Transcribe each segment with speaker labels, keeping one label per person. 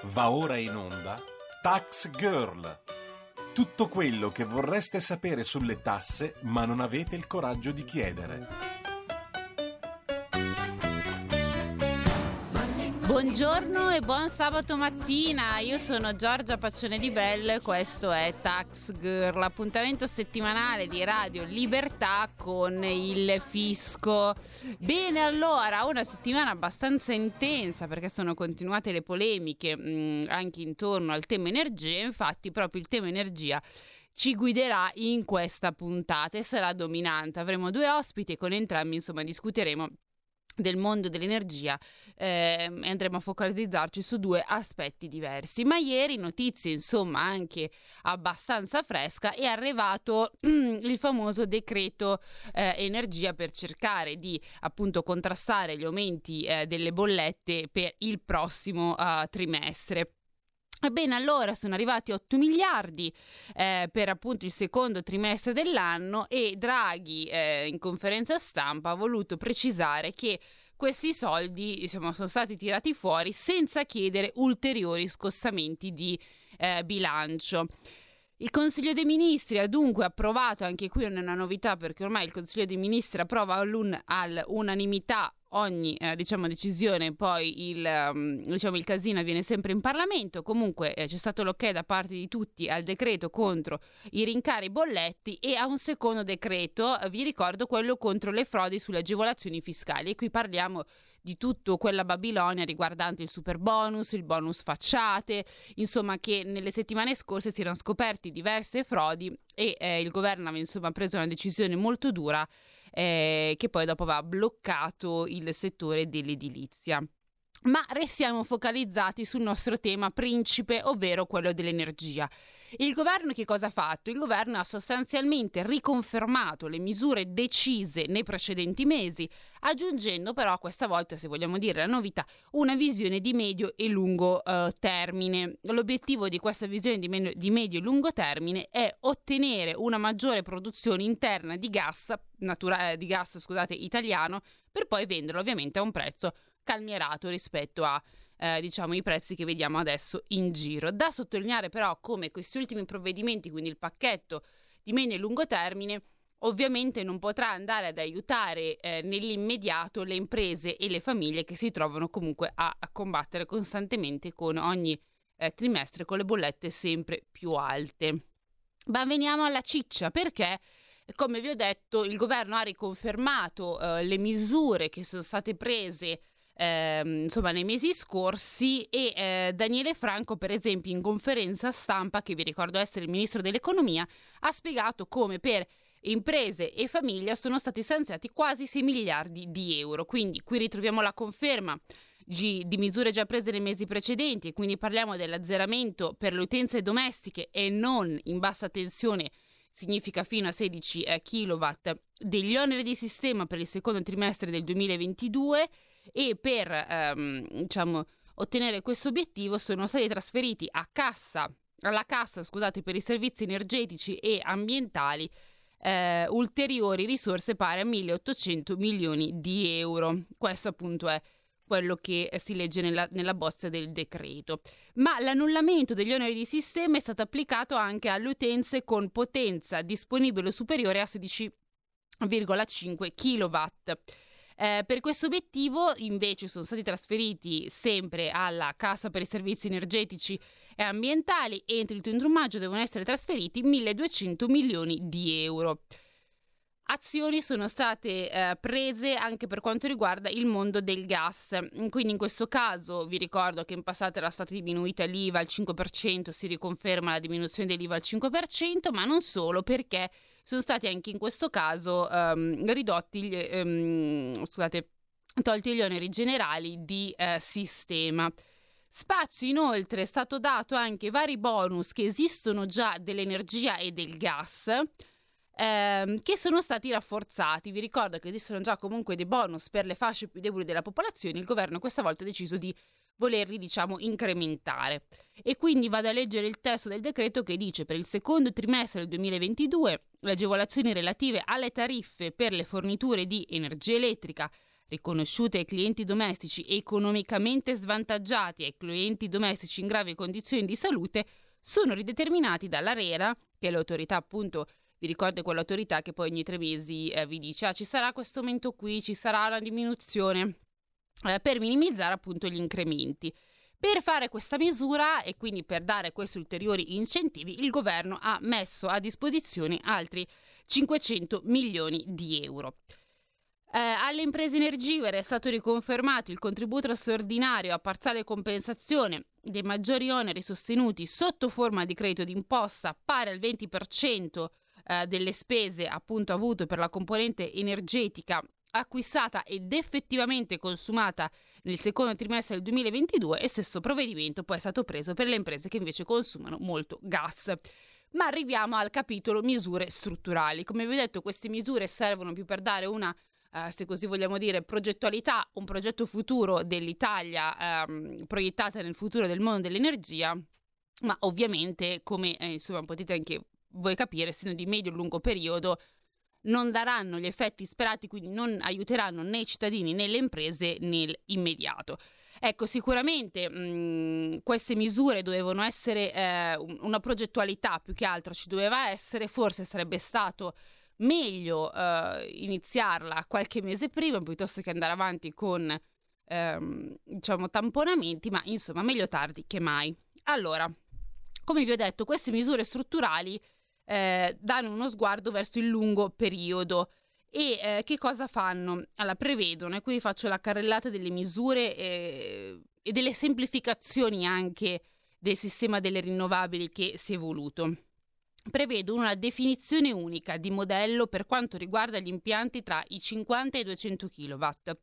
Speaker 1: Va ora in onda Tax Girl. Tutto quello che vorreste sapere sulle tasse ma non avete il coraggio di chiedere.
Speaker 2: Buongiorno e buon sabato mattina, io sono Giorgia Paccione di Belle e questo è Tax Girl, l'appuntamento settimanale di Radio Libertà con il fisco. Bene, allora, una settimana abbastanza intensa perché sono continuate le polemiche anche intorno al tema energia, infatti proprio il tema energia ci guiderà in questa puntata e sarà dominante. Avremo due ospiti e con entrambi insomma discuteremo del mondo dell'energia e andremo a focalizzarci su due aspetti diversi. Ma ieri, notizie insomma anche abbastanza fresca, è arrivato il famoso decreto energia per cercare di appunto contrastare gli aumenti delle bollette per il prossimo trimestre. Ebbene, allora sono arrivati 8 miliardi per appunto il secondo trimestre dell'anno e Draghi in conferenza stampa ha voluto precisare che questi soldi sono stati tirati fuori senza chiedere ulteriori scostamenti di bilancio. Il Consiglio dei Ministri ha dunque approvato, anche qui non è una novità perché ormai il Consiglio dei Ministri approva all'unanimità ogni decisione, poi il casino avviene sempre in Parlamento. Comunque c'è stato l'ok da parte di tutti al decreto contro i rincari bolletti e a un secondo decreto, vi ricordo, quello contro le frodi sulle agevolazioni fiscali, e qui parliamo di tutto quella Babilonia riguardante il super bonus, il bonus facciate, insomma, che nelle settimane scorse si erano scoperti diverse frodi e il governo aveva insomma preso una decisione molto dura che poi dopo aveva bloccato il settore dell'edilizia. Ma restiamo focalizzati sul nostro tema principe, ovvero quello dell'energia. Il governo che cosa ha fatto? Il governo ha sostanzialmente riconfermato le misure decise nei precedenti mesi, aggiungendo però questa volta, se vogliamo dire la novità, una visione di medio e lungo termine. L'obiettivo di questa visione di medio e lungo termine è ottenere una maggiore produzione interna di gas italiano, per poi venderlo ovviamente a un prezzo calmierato rispetto a i prezzi che vediamo adesso in giro. Da sottolineare però come questi ultimi provvedimenti, quindi il pacchetto di medio e lungo termine, ovviamente non potrà andare ad aiutare nell'immediato le imprese e le famiglie che si trovano comunque a combattere costantemente con ogni trimestre con le bollette sempre più alte. Ma veniamo alla ciccia, perché come vi ho detto il governo ha riconfermato le misure che sono state prese nei mesi scorsi e Daniele Franco, per esempio, in conferenza stampa, che vi ricordo essere il ministro dell'economia, ha spiegato come per imprese e famiglie sono stati stanziati quasi 6 miliardi di euro. Quindi qui ritroviamo la conferma di misure già prese nei mesi precedenti, quindi parliamo dell'azzeramento per le utenze domestiche e non in bassa tensione, significa fino a 16 kW, degli oneri di sistema per il secondo trimestre del 2022, e per ottenere questo obiettivo sono stati trasferiti alla cassa per i servizi energetici e ambientali ulteriori risorse pari a 1.800 milioni di euro. Questo appunto è quello che si legge nella bozza del decreto. Ma l'annullamento degli oneri di sistema è stato applicato anche alle utenze con potenza disponibile superiore a 16,5 kW. Per questo obiettivo invece sono stati trasferiti sempre alla Cassa per i servizi energetici e ambientali. Entro il 31 maggio devono essere trasferiti 1.200 milioni di euro. Azioni sono state prese anche per quanto riguarda il mondo del gas. Quindi in questo caso vi ricordo che in passato era stata diminuita l'IVA al 5%, si riconferma la diminuzione dell'IVA al 5%, ma non solo, perché sono stati anche in questo caso tolti gli oneri generali di sistema. Spazio inoltre è stato dato anche vari bonus che esistono già dell'energia e del gas, che sono stati rafforzati. Vi ricordo che esistono già comunque dei bonus per le fasce più deboli della popolazione. Il governo questa volta ha deciso di volerli incrementare, e quindi vado a leggere il testo del decreto che dice: per il secondo trimestre del 2022 le agevolazioni relative alle tariffe per le forniture di energia elettrica, riconosciute ai clienti domestici economicamente svantaggiati e ai clienti domestici in gravi condizioni di salute sono rideterminati dall'ARERA, che è l'autorità, appunto, vi ricordo, quell'autorità che poi ogni 3 mesi vi dice ci sarà questo aumento qui, ci sarà una diminuzione, per minimizzare appunto gli incrementi. Per fare questa misura e quindi per dare questi ulteriori incentivi, il governo ha messo a disposizione altri 500 milioni di euro. Alle imprese energivore è stato riconfermato il contributo straordinario a parziale compensazione dei maggiori oneri sostenuti sotto forma di credito d'imposta pari al 20% delle spese appunto avute per la componente energetica acquistata ed effettivamente consumata nel secondo trimestre del 2022, e stesso provvedimento poi è stato preso per le imprese che invece consumano molto gas. Ma arriviamo al capitolo misure strutturali. Come vi ho detto, queste misure servono più per dare una, se così vogliamo dire, progettualità, un progetto futuro dell'Italia proiettata nel futuro del mondo dell'energia, ma ovviamente, come insomma potete anche voi capire, essendo di medio-lungo periodo, non daranno gli effetti sperati, quindi non aiuteranno né i cittadini né le imprese nell'immediato. Ecco, sicuramente queste misure dovevano essere una progettualità, più che altro ci doveva essere, forse sarebbe stato meglio iniziarla qualche mese prima piuttosto che andare avanti con diciamo tamponamenti, ma insomma meglio tardi che mai. Allora, come vi ho detto, queste misure strutturali danno uno sguardo verso il lungo periodo. E che cosa fanno? Allora, prevedono, e qui faccio la carrellata delle misure e delle semplificazioni anche del sistema delle rinnovabili che si è voluto. Prevedono una definizione unica di modello per quanto riguarda gli impianti tra i 50 e i 200 kW.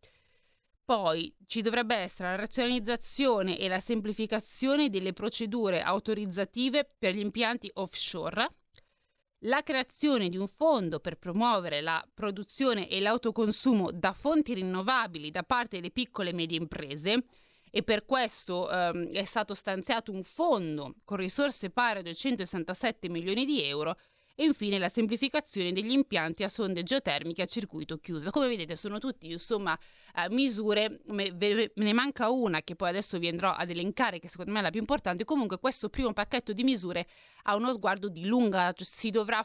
Speaker 2: Poi ci dovrebbe essere la razionalizzazione e la semplificazione delle procedure autorizzative per gli impianti offshore, la creazione di un fondo per promuovere la produzione e l'autoconsumo da fonti rinnovabili da parte delle piccole e medie imprese, e per questo è stato stanziato un fondo con risorse pari a 267 milioni di euro, e infine la semplificazione degli impianti a sonde geotermiche a circuito chiuso. Come vedete sono tutti insomma misure, me ne manca una che poi adesso vi andrò ad elencare, che secondo me è la più importante. Comunque questo primo pacchetto di misure ha uno sguardo di lunga, cioè si dovrà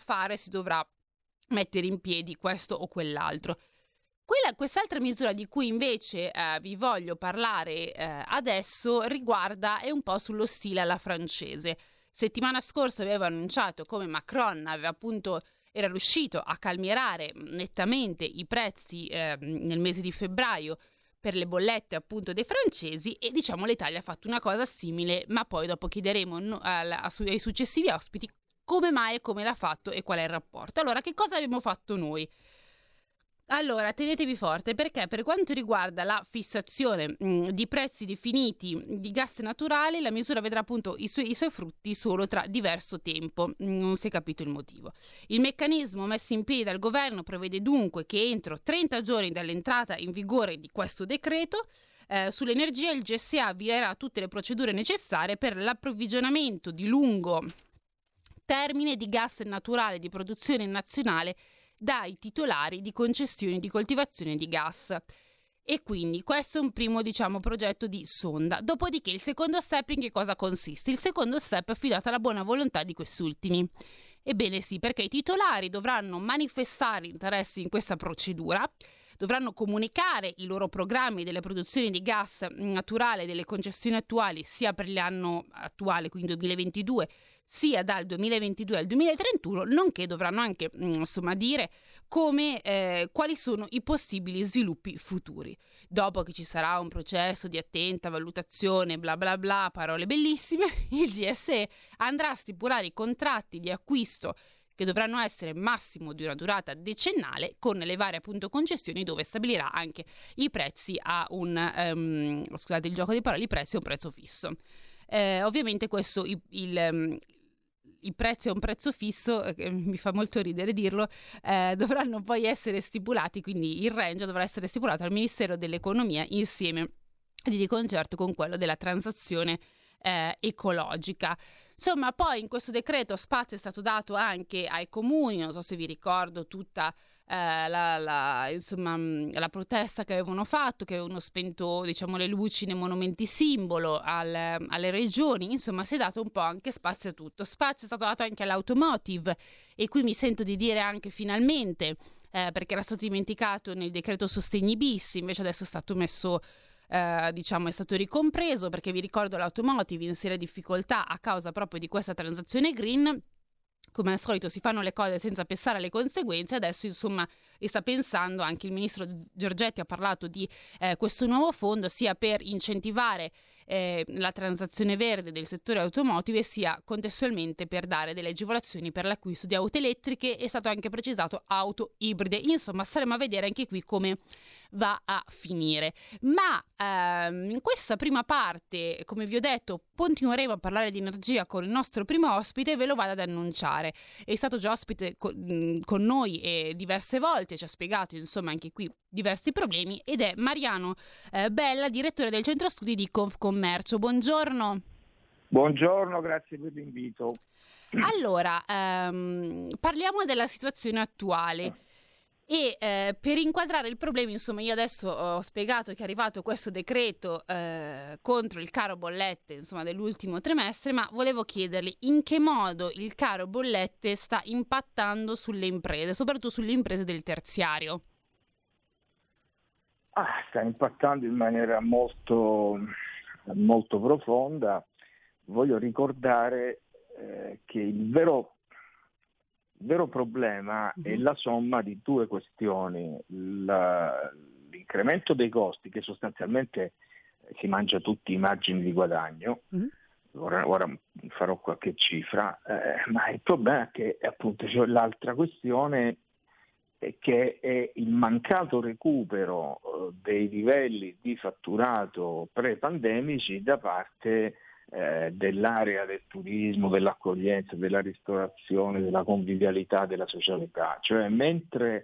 Speaker 2: mettere in piedi questo o quell'altro. Quest'altra misura di cui invece vi voglio parlare adesso è un po' sullo stile alla francese. Settimana scorsa aveva annunciato come Macron era riuscito a calmierare nettamente i prezzi nel mese di febbraio per le bollette appunto dei francesi, e diciamo l'Italia ha fatto una cosa simile, ma poi dopo chiederemo ai successivi ospiti come mai e come l'ha fatto e qual è il rapporto. Allora, che cosa abbiamo fatto noi? Allora, tenetevi forte, perché per quanto riguarda la fissazione di prezzi definiti di gas naturale, la misura vedrà appunto i suoi frutti solo tra diverso tempo. Non si è capito il motivo. Il meccanismo messo in piedi dal governo prevede dunque che entro 30 giorni dall'entrata in vigore di questo decreto sull'energia il GSE avvierà tutte le procedure necessarie per l'approvvigionamento di lungo termine di gas naturale di produzione nazionale dai titolari di concessioni di coltivazione di gas. E quindi questo è un primo, progetto di sonda. Dopodiché il secondo step in che cosa consiste? Il secondo step è affidato alla buona volontà di quest'ultimi. Ebbene sì, perché i titolari dovranno manifestare interesse in questa procedura, dovranno comunicare i loro programmi delle produzioni di gas naturale delle concessioni attuali, sia per l'anno attuale, quindi 2022, sia dal 2022 al 2031, nonché dovranno anche dire quali sono i possibili sviluppi futuri. Dopo che ci sarà un processo di attenta valutazione, bla bla bla, parole bellissime, il GSE andrà a stipulare i contratti di acquisto che dovranno essere massimo di una durata decennale con le varie appunto concessioni, dove stabilirà anche i prezzi a scusate il gioco di parole, i prezzi a un prezzo fisso. Ovviamente questo il prezzo è un prezzo fisso, mi fa molto ridere dirlo, dovranno poi essere stipulati, quindi il range dovrà essere stipulato al Ministero dell'Economia insieme di concerto con quello della transazione ecologica. Insomma, poi in questo decreto spazio è stato dato anche ai comuni, non so se vi ricordo tutta insomma, la protesta che avevano fatto, che avevano spento, diciamo, le luci nei monumenti simbolo alle regioni. Insomma, si è dato un po' anche spazio a tutto. Spazio è stato dato anche all'automotive, e qui mi sento di dire anche finalmente, perché era stato dimenticato nel decreto sostegni bis, invece adesso è stato messo, diciamo, è stato ricompreso, perché vi ricordo l'automotive in seria difficoltà a causa proprio di questa transazione green. Come al solito si fanno le cose senza pensare alle conseguenze. Adesso, insomma, sta pensando anche il ministro Giorgetti, ha parlato di questo nuovo fondo, sia per incentivare la transazione verde del settore automotive, sia contestualmente per dare delle agevolazioni per l'acquisto di auto elettriche. È stato anche precisato auto ibride. Insomma, staremo a vedere anche qui come va a finire. Ma in questa prima parte, come vi ho detto, continueremo a parlare di energia con il nostro primo ospite, e ve lo vado ad annunciare. È stato già ospite con noi diverse volte, ci ha spiegato, insomma, anche qui diversi problemi, ed è Mariano Bella, direttore del centro studi di Confcommercio. Buongiorno.
Speaker 3: Buongiorno, grazie per l'invito.
Speaker 2: Allora, parliamo della situazione attuale. E per inquadrare il problema, insomma, io adesso ho spiegato che è arrivato questo decreto contro il caro bollette, insomma, dell'ultimo trimestre, ma volevo chiedergli in che modo il caro bollette sta impattando sulle imprese, soprattutto sulle imprese del terziario.
Speaker 3: Sta impattando in maniera molto, molto profonda. Voglio ricordare che il vero problema è la somma di due questioni: l'incremento dei costi, che sostanzialmente si mangia tutti i margini di guadagno. Ora farò qualche cifra, ma il problema è che appunto c'è l'altra questione, che è il mancato recupero dei livelli di fatturato pre-pandemici da parte dell'area del turismo, dell'accoglienza, della ristorazione, della convivialità, della socialità. Cioè, mentre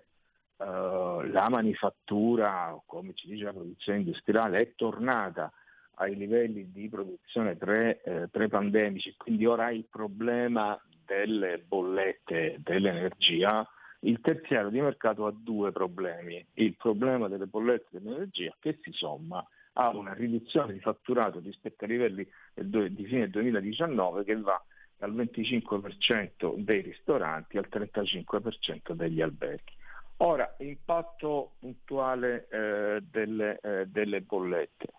Speaker 3: la manifattura, come ci dice la produzione industriale, è tornata ai livelli di produzione pre-pandemici, quindi ora ha il problema delle bollette dell'energia, il terziario di mercato ha due problemi: il problema delle bollette dell'energia, che si somma a una riduzione di fatturato rispetto ai livelli di fine 2019, che va dal 25% dei ristoranti al 35% degli alberghi. Ora, impatto puntuale delle bollette.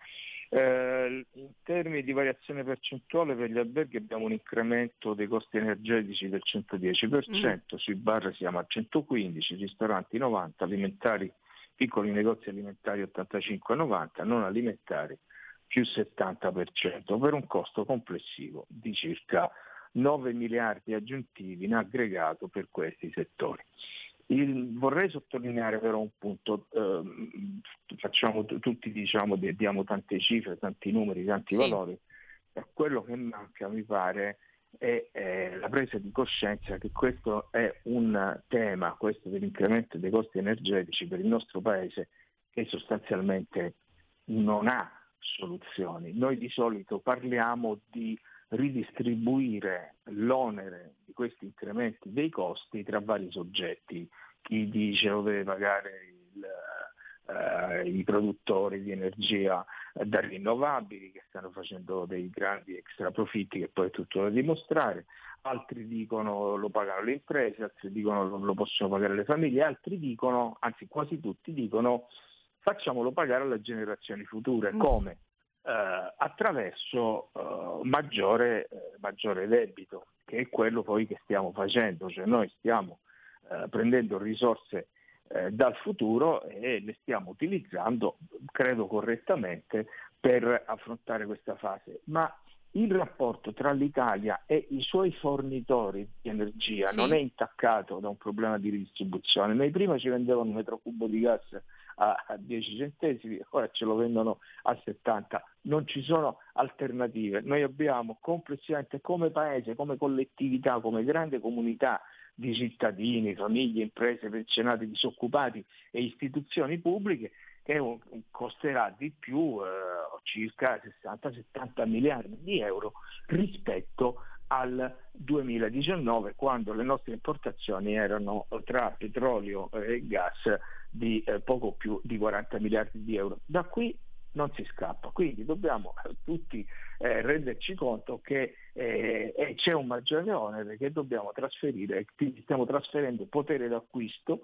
Speaker 3: In termini di variazione percentuale, per gli alberghi abbiamo un incremento dei costi energetici del 110%, sui bar siamo a 115%, ristoranti 90%, alimentari, piccoli negozi alimentari 85-90%, non alimentari più 70%, per un costo complessivo di circa 9 miliardi aggiuntivi in aggregato per questi settori. Vorrei sottolineare però un punto: facciamo tutti, diciamo, diamo tante cifre, tanti numeri, tanti valori, per quello che manca, mi pare, è la presa di coscienza che questo è un tema, questo dell'incremento dei costi energetici per il nostro paese, che sostanzialmente non ha soluzioni. Noi di solito parliamo di ridistribuire l'onere di questi incrementi dei costi tra vari soggetti. Chi dice lo deve pagare i produttori di energia da rinnovabili, che stanno facendo dei grandi extra profitti, che poi è tutto da dimostrare; altri dicono lo pagano le imprese, altri dicono lo possono pagare le famiglie, altri dicono, anzi quasi tutti dicono, facciamolo pagare alle generazioni future. Come? Attraverso maggiore debito, che è quello poi che stiamo facendo. Cioè, noi stiamo prendendo risorse dal futuro e le stiamo utilizzando, credo correttamente, per affrontare questa fase. Ma il rapporto tra l'Italia e i suoi fornitori di energia non è intaccato da un problema di ridistribuzione. Noi prima ci vendevano un metro cubo di gas a 10 centesimi, ora ce lo vendono a 70. Non ci sono alternative. Noi abbiamo complessivamente, come paese, come collettività, come grande comunità di cittadini, famiglie, imprese, pensionati, disoccupati e istituzioni pubbliche, che costerà di più circa 60-70 miliardi di euro rispetto al 2019, quando le nostre importazioni erano tra petrolio e gas di poco più di 40 miliardi di euro. Da qui non si scappa, quindi dobbiamo tutti renderci conto che c'è un maggiore onere che dobbiamo trasferire, quindi stiamo trasferendo potere d'acquisto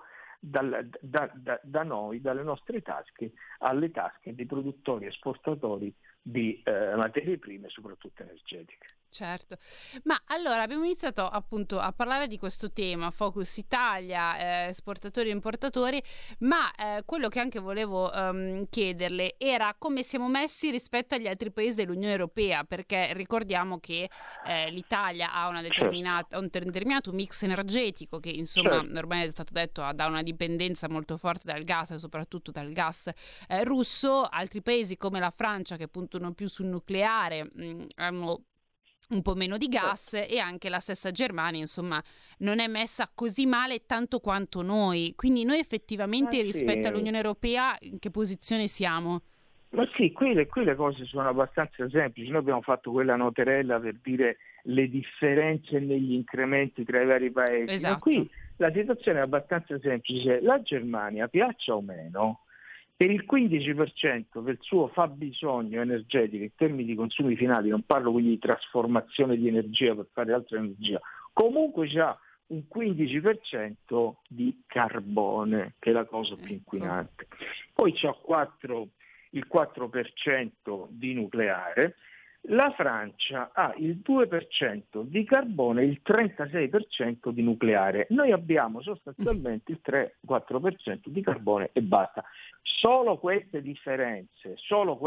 Speaker 3: da noi, dalle nostre tasche, alle tasche dei produttori e esportatori di materie prime, soprattutto energetiche.
Speaker 2: Certo, ma allora abbiamo iniziato appunto a parlare di questo tema, Focus Italia, esportatori e importatori, ma quello che anche volevo chiederle era come siamo messi rispetto agli altri paesi dell'Unione Europea, perché ricordiamo che l'Italia ha un determinato mix energetico che insomma ormai è stato detto ha una dipendenza molto forte dal gas e soprattutto dal gas russo. Altri paesi come la Francia, che puntano più sul nucleare, hanno un po' meno di gas, e anche la stessa Germania insomma non è messa così male tanto quanto noi, quindi noi effettivamente rispetto all'Unione Europea in che posizione siamo?
Speaker 3: Ma sì, qui le cose sono abbastanza semplici. Noi abbiamo fatto quella noterella per dire le differenze negli incrementi tra i vari paesi.
Speaker 2: Esatto.
Speaker 3: Ma qui la situazione è abbastanza semplice. La Germania, piaccia o meno, per il 15% del suo fabbisogno energetico in termini di consumi finali, non parlo quindi di trasformazione di energia per fare altra energia, comunque c'ha un 15% di carbone, che è la cosa più inquinante. Poi c'ha il 4% di nucleare. La Francia ha il 2% di carbone e il 36% di nucleare. Noi abbiamo sostanzialmente il 3-4% di carbone e basta. Solo queste differenze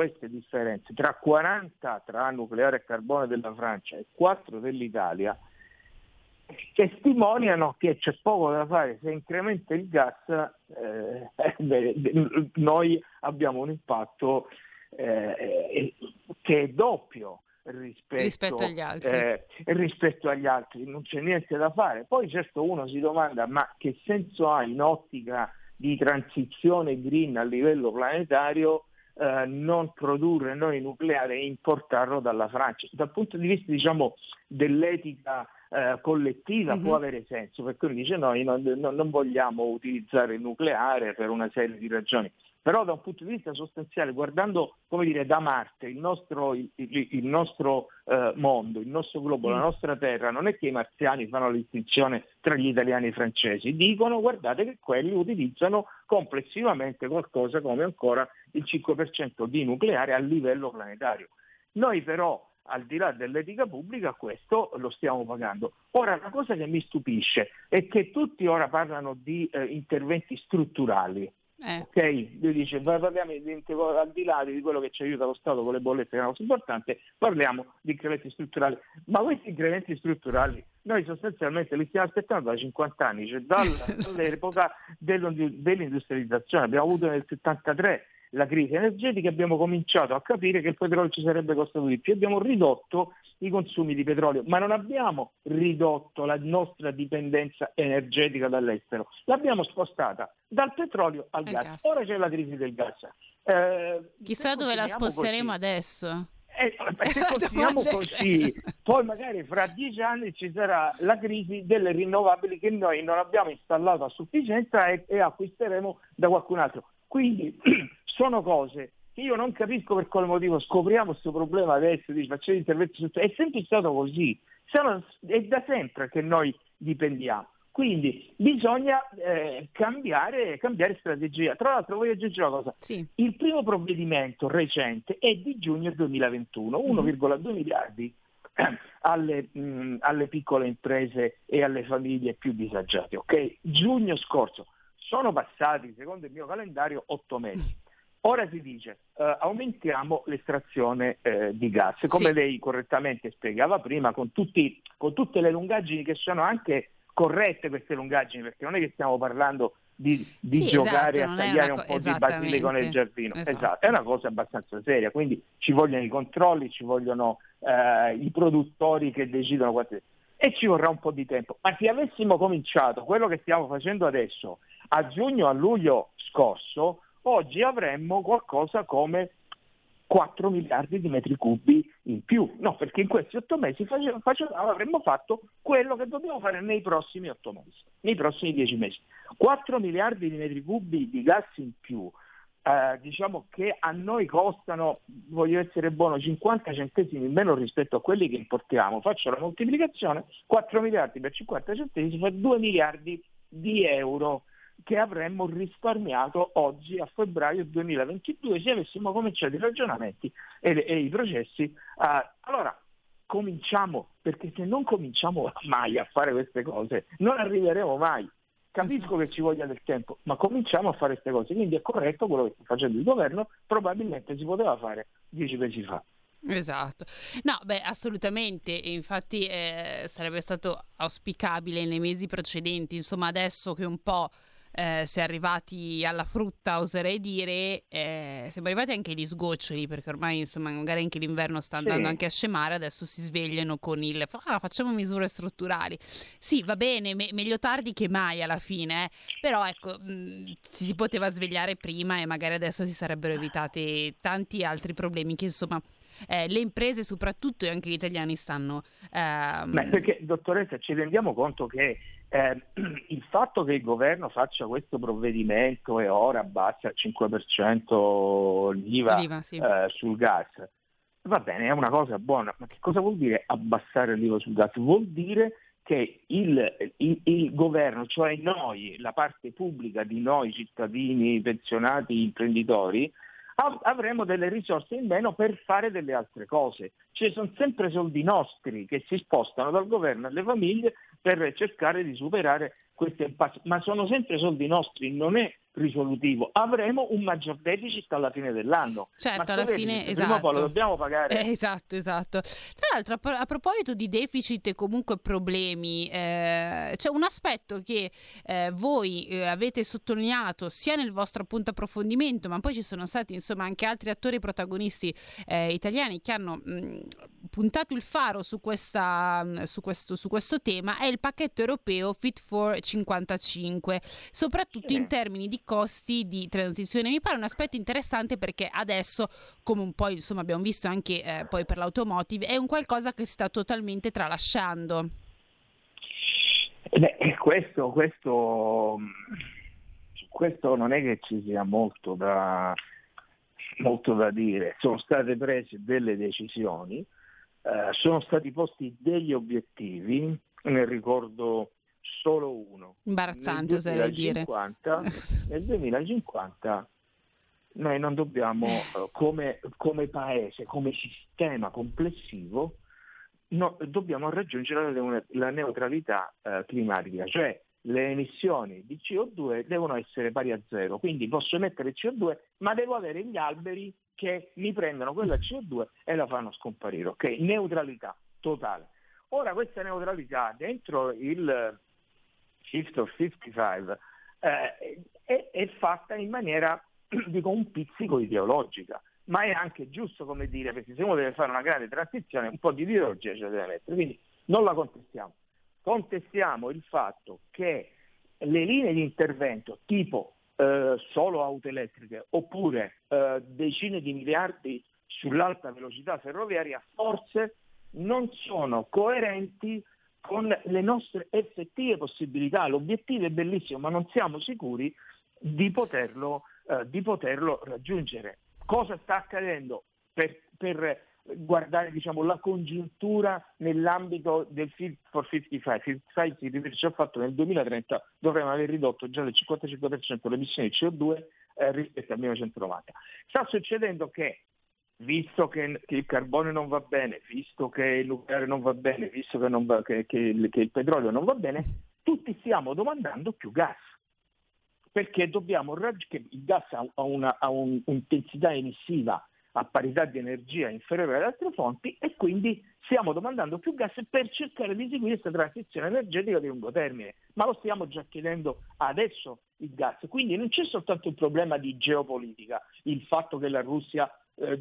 Speaker 3: tra 40 tra nucleare e carbone della Francia e 4 dell'Italia testimoniano che c'è poco da fare. Se incrementa il gas, noi abbiamo un impatto che è doppio rispetto agli altri, non c'è niente da fare. Poi certo uno si domanda: ma che senso ha in ottica di transizione green a livello planetario non produrre noi nucleare e importarlo dalla Francia? Dal punto di vista dell'etica collettiva può avere senso, perché uno dice noi non vogliamo utilizzare il nucleare per una serie di ragioni. Però da un punto di vista sostanziale, guardando da Marte, il nostro mondo, il nostro globo, la nostra Terra, non è che i marziani fanno la distinzione tra gli italiani e i francesi, dicono: guardate che quelli utilizzano complessivamente qualcosa come ancora il 5% di nucleare a livello planetario. Noi però, al di là dell'etica pubblica, questo lo stiamo pagando. Ora, la cosa che mi stupisce è che tutti ora parlano di interventi strutturali. Ok, lui dice parliamo al di là di quello che ci aiuta lo Stato con le bollette, che è una cosa importante, parliamo di incrementi strutturali. Ma questi incrementi strutturali noi sostanzialmente li stiamo aspettando da 50 anni, cioè dall'epoca dell'industrializzazione. Abbiamo avuto nel 73 la crisi energetica, abbiamo cominciato a capire che il petrolio ci sarebbe costato di più, abbiamo ridotto i consumi di petrolio, ma non abbiamo ridotto la nostra dipendenza energetica dall'estero, l'abbiamo spostata dal petrolio al gas. Ora c'è la crisi del gas.
Speaker 2: Chissà dove la sposteremo adesso.
Speaker 3: Se continuiamo così, poi magari fra 10 anni ci sarà la crisi delle rinnovabili che noi non abbiamo installato a sufficienza e acquisteremo da qualcun altro. Quindi sono cose che io non capisco per quale motivo scopriamo questo problema adesso, facciamo interventi è sempre stato così, è da sempre che noi dipendiamo. Quindi bisogna cambiare strategia. Tra l'altro voglio aggiungere una cosa.
Speaker 2: Sì.
Speaker 3: Il primo provvedimento recente è di giugno 2021, 1,2 miliardi alle piccole imprese e alle famiglie più disagiate. Ok? Giugno scorso. Sono passati, secondo il mio calendario, 8 mesi. Ora si dice aumentiamo l'estrazione di gas, come lei correttamente spiegava prima, con tutte le lungaggini che sono anche corrette, queste lungaggini, perché non è che stiamo parlando di giocare a tagliare un po' di basilico nel giardino. Esatto, è una cosa abbastanza seria, quindi ci vogliono i controlli, ci vogliono i produttori che decidono quanto, e ci vorrà un po' di tempo. Ma se avessimo cominciato quello che stiamo facendo adesso a giugno, a luglio scorso, oggi avremmo qualcosa come 4 miliardi di metri cubi in più. No, perché in questi 8 mesi avremmo fatto quello che dobbiamo fare nei prossimi 8 mesi, nei prossimi 10 mesi. 4 miliardi di metri cubi di gas in più, diciamo che a noi costano, voglio essere buono, 50 centesimi in meno rispetto a quelli che importiamo. Faccio la moltiplicazione, 4 miliardi per 50 centesimi fa 2 miliardi di euro che avremmo risparmiato oggi a febbraio 2022 se avessimo cominciato i ragionamenti e i processi. Allora cominciamo, perché se non cominciamo mai a fare queste cose non arriveremo mai. Capisco che ci voglia del tempo, ma cominciamo a fare queste cose, quindi è corretto quello che sta facendo il governo, probabilmente si poteva fare 10 mesi fa.
Speaker 2: Esatto, no, beh, assolutamente, infatti sarebbe stato auspicabile nei mesi precedenti, insomma adesso che un po' si è arrivati alla frutta, oserei dire, siamo arrivati anche agli sgoccioli, perché ormai insomma magari anche l'inverno sta andando anche a scemare, adesso si svegliano con facciamo misure strutturali. Sì, va bene, meglio tardi che mai alla fine, però ecco, si poteva svegliare prima e magari adesso si sarebbero evitati tanti altri problemi che insomma le imprese soprattutto e anche gli italiani stanno...
Speaker 3: Perché, dottoressa, ci rendiamo conto che il fatto che il governo faccia questo provvedimento e ora abbassa al 5% l'IVA
Speaker 2: sì.
Speaker 3: Sul gas, va bene, è una cosa buona, ma che cosa vuol dire abbassare l'IVA sul gas? Vuol dire che il governo, cioè noi, la parte pubblica di noi cittadini, pensionati, imprenditori, avremo delle risorse in meno per fare delle altre cose. Ci sono sempre soldi nostri che si spostano dal governo alle famiglie per cercare di superare questi impassi, ma sono sempre soldi nostri, non è risolutivo. Avremo un maggior deficit alla fine dell'anno.
Speaker 2: Certo, alla fine,
Speaker 3: prima o poi lo dobbiamo pagare.
Speaker 2: Esatto. Tra l'altro, a proposito di deficit e comunque problemi, c'è un aspetto che voi avete sottolineato sia nel vostro appunto approfondimento, ma poi ci sono stati insomma anche altri attori protagonisti italiani che hanno puntato il faro su questo tema, è il pacchetto europeo Fit for 55, soprattutto in termini di costi di transizione. Mi pare un aspetto interessante perché adesso, come un po' insomma abbiamo visto anche poi per l'automotive, è un qualcosa che si sta totalmente tralasciando.
Speaker 3: Questo non è che ci sia molto da dire. Sono state prese delle decisioni, sono stati posti degli obiettivi, ne ricordo solo uno.
Speaker 2: Imbarazzante, oserei dire.
Speaker 3: Nel 2050 noi non dobbiamo, come paese, come sistema complessivo, dobbiamo raggiungere la neutralità climatica, cioè le emissioni di CO2 devono essere pari a zero, quindi posso emettere CO2 ma devo avere gli alberi che mi prendono quella CO2 e la fanno scomparire, ok? Neutralità totale. Ora questa neutralità dentro il Fit for 55 è fatta in maniera, dico, un pizzico ideologica, ma è anche giusto, come dire, perché se uno deve fare una grande transizione un po' di ideologia ce la deve mettere, quindi non la contestiamo. Contestiamo il fatto che le linee di intervento tipo solo auto elettriche oppure decine di miliardi sull'alta velocità ferroviaria forse non sono coerenti con le nostre effettive possibilità. L'obiettivo è bellissimo, ma non siamo sicuri di poterlo raggiungere. Cosa sta accadendo per guardare, diciamo, la congiuntura nell'ambito del Fit for 55? 55 si riferisce al fatto che nel 2030 dovremmo aver ridotto già del 55% le emissioni di CO2 rispetto al 1990. Sta succedendo che, visto che il carbone non va bene, visto che il nucleare non va bene, visto che il petrolio non va bene, tutti stiamo domandando più gas, perché che il gas ha un'intensità emissiva a parità di energia inferiore alle altre fonti e quindi stiamo domandando più gas per cercare di seguire questa transizione energetica di lungo termine, ma lo stiamo già chiedendo adesso il gas. Quindi non c'è soltanto il problema di geopolitica, il fatto che la Russia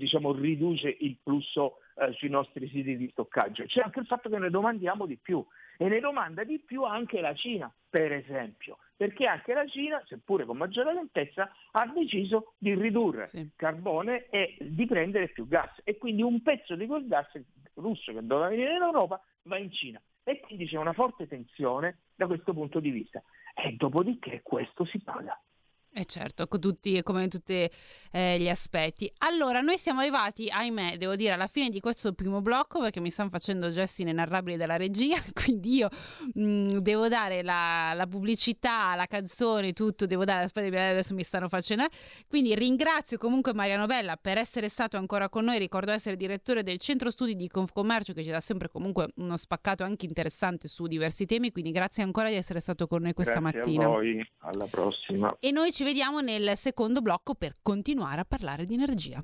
Speaker 3: riduce il flusso sui nostri siti di stoccaggio, c'è anche il fatto che ne domandiamo di più e ne domanda di più anche la Cina, per esempio, perché anche la Cina, seppure con maggiore lentezza, ha deciso di ridurre il carbone e di prendere più gas, e quindi un pezzo di quel gas russo che doveva venire in Europa va in Cina, e quindi c'è una forte tensione da questo punto di vista, e dopodiché questo si paga.
Speaker 2: Certo, come tutti gli aspetti. Allora, noi siamo arrivati, ahimè, devo dire, alla fine di questo primo blocco, perché mi stanno facendo gesti inenarrabili dalla regia, quindi io devo dare la pubblicità, la canzone, tutto, devo dare, adesso mi stanno facendo. Quindi ringrazio comunque Mariano Bella per essere stato ancora con noi, ricordo essere direttore del Centro Studi di Confcommercio, che ci dà sempre comunque uno spaccato anche interessante su diversi temi, quindi grazie ancora di essere stato con noi questa mattina.
Speaker 3: Grazie a voi, alla prossima.
Speaker 2: E noi ci vediamo nel secondo blocco per continuare a parlare di energia.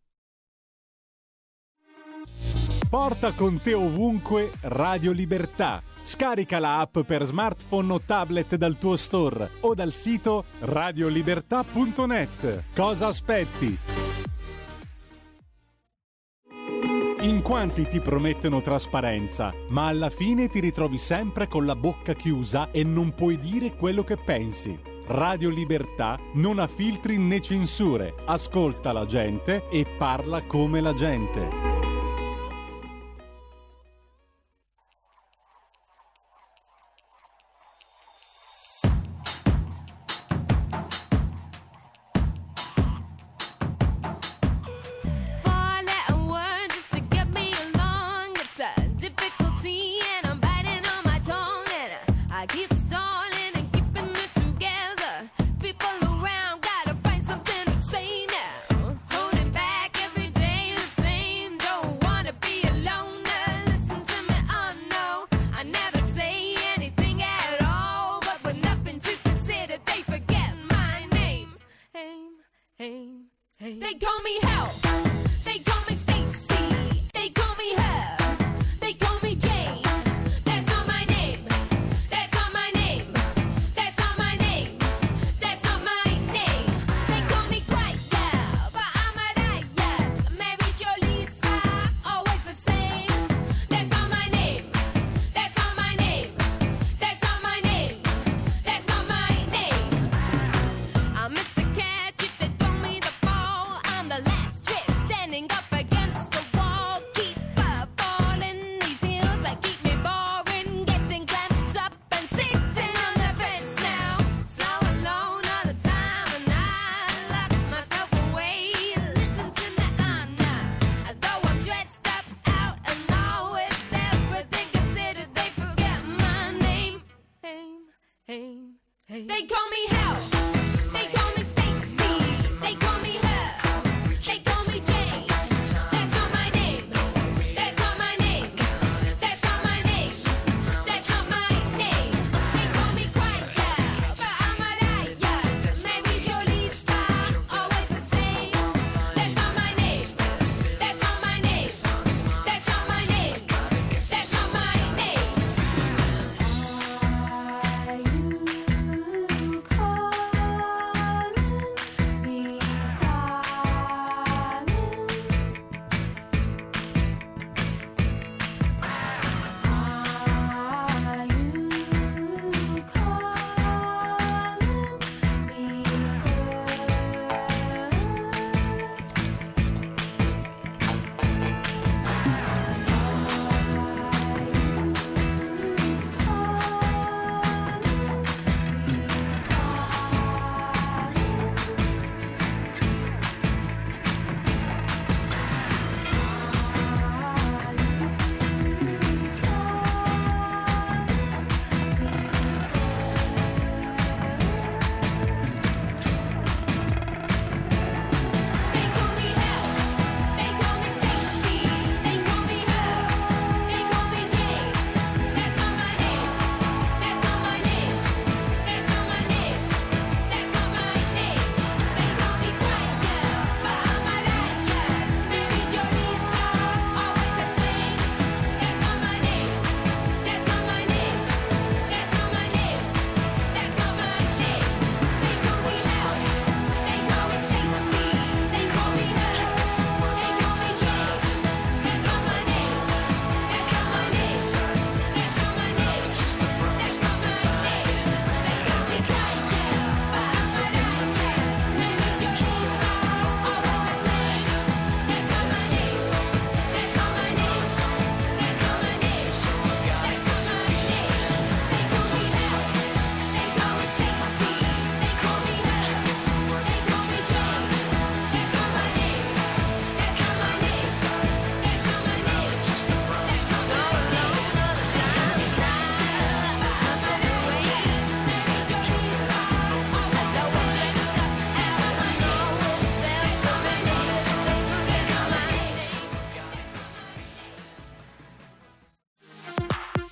Speaker 1: Porta con te ovunque Radio Libertà. Scarica la app per smartphone o tablet dal tuo store o dal sito radiolibertà.net. Cosa aspetti? In quanti ti promettono trasparenza, ma alla fine ti ritrovi sempre con la bocca chiusa e non puoi dire quello che pensi. Radio Libertà non ha filtri né censure, ascolta la gente e parla come la gente.
Speaker 4: They call me help. They call me Stacy. They call me her. They call me Jane. That's not my name. That's not my name. That's not my name. That's not my name. They call me Quiet Girl, but I'm a riot. Mary Jo Lisa, always the same. That's not my name. That's not my name. That's not my name. That's not my name. I'm Mr. Catch if they throw me the ball. I'm the last trick.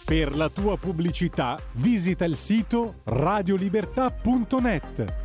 Speaker 1: Per la tua pubblicità visita il sito radiolibertà.net.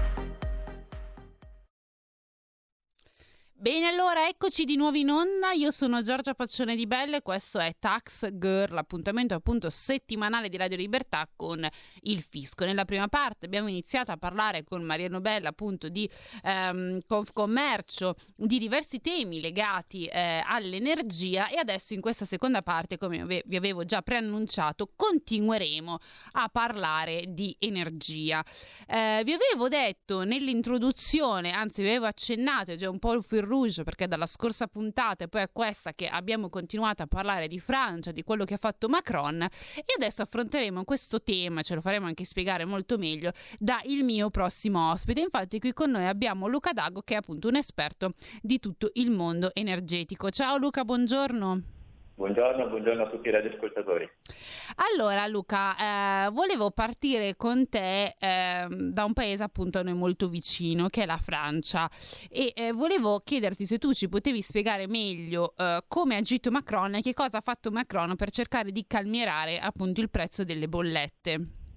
Speaker 2: Bene, allora eccoci di nuovo in onda. Io sono Giorgia Paccione di Belle, questo è Tax Girl, l'appuntamento appunto settimanale di Radio Libertà con il fisco. Nella prima parte abbiamo iniziato a parlare con Mariano Bella appunto di Confcommercio, di diversi temi legati all'energia, e adesso in questa seconda parte, come vi avevo già preannunciato, continueremo a parlare di energia. Vi avevo detto nell'introduzione, anzi vi avevo accennato, è già un po' il fil rouge, perché dalla scorsa puntata e poi a questa che abbiamo continuato a parlare di Francia, di quello che ha fatto Macron, e adesso affronteremo questo tema, ce lo faremo anche spiegare molto meglio da il mio prossimo ospite. Infatti qui con noi abbiamo Luca Dago, che è appunto un esperto di tutto il mondo energetico. Ciao Luca, buongiorno.
Speaker 5: Buongiorno a tutti i radioascoltatori.
Speaker 2: Allora Luca, volevo partire con te da un paese appunto a noi molto vicino, che è la Francia, e volevo chiederti se tu ci potevi spiegare meglio come ha agito Macron e che cosa ha fatto Macron per cercare di calmierare appunto il prezzo delle bollette.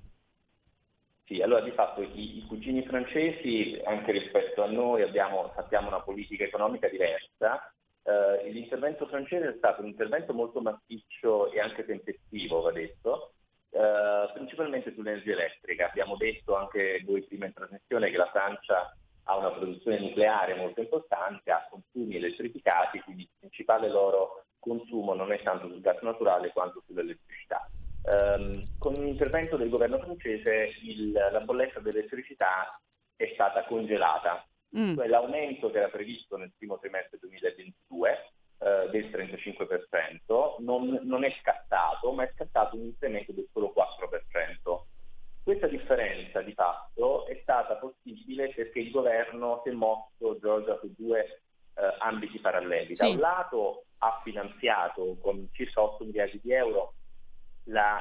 Speaker 5: Sì, allora di fatto i cugini francesi, anche rispetto a noi, sappiamo una politica economica diversa. L'intervento francese è stato un intervento molto massiccio e anche tempestivo, va detto, principalmente sull'energia elettrica. Abbiamo detto anche voi prima in trasmissione che la Francia ha una produzione nucleare molto importante, ha consumi elettrificati, quindi il principale loro consumo non è tanto sul gas naturale quanto sull'elettricità. Con l'intervento del governo francese la bolletta dell'elettricità è stata congelata. Cioè, l'aumento che era previsto nel primo trimestre 2022 del 35% non è scattato, ma è scattato un incremento del solo 4%. Questa differenza di fatto è stata possibile perché il governo si è mosso, Giorgia, su due ambiti paralleli.
Speaker 2: Sì.
Speaker 5: Da un lato ha finanziato con circa 8 miliardi di euro la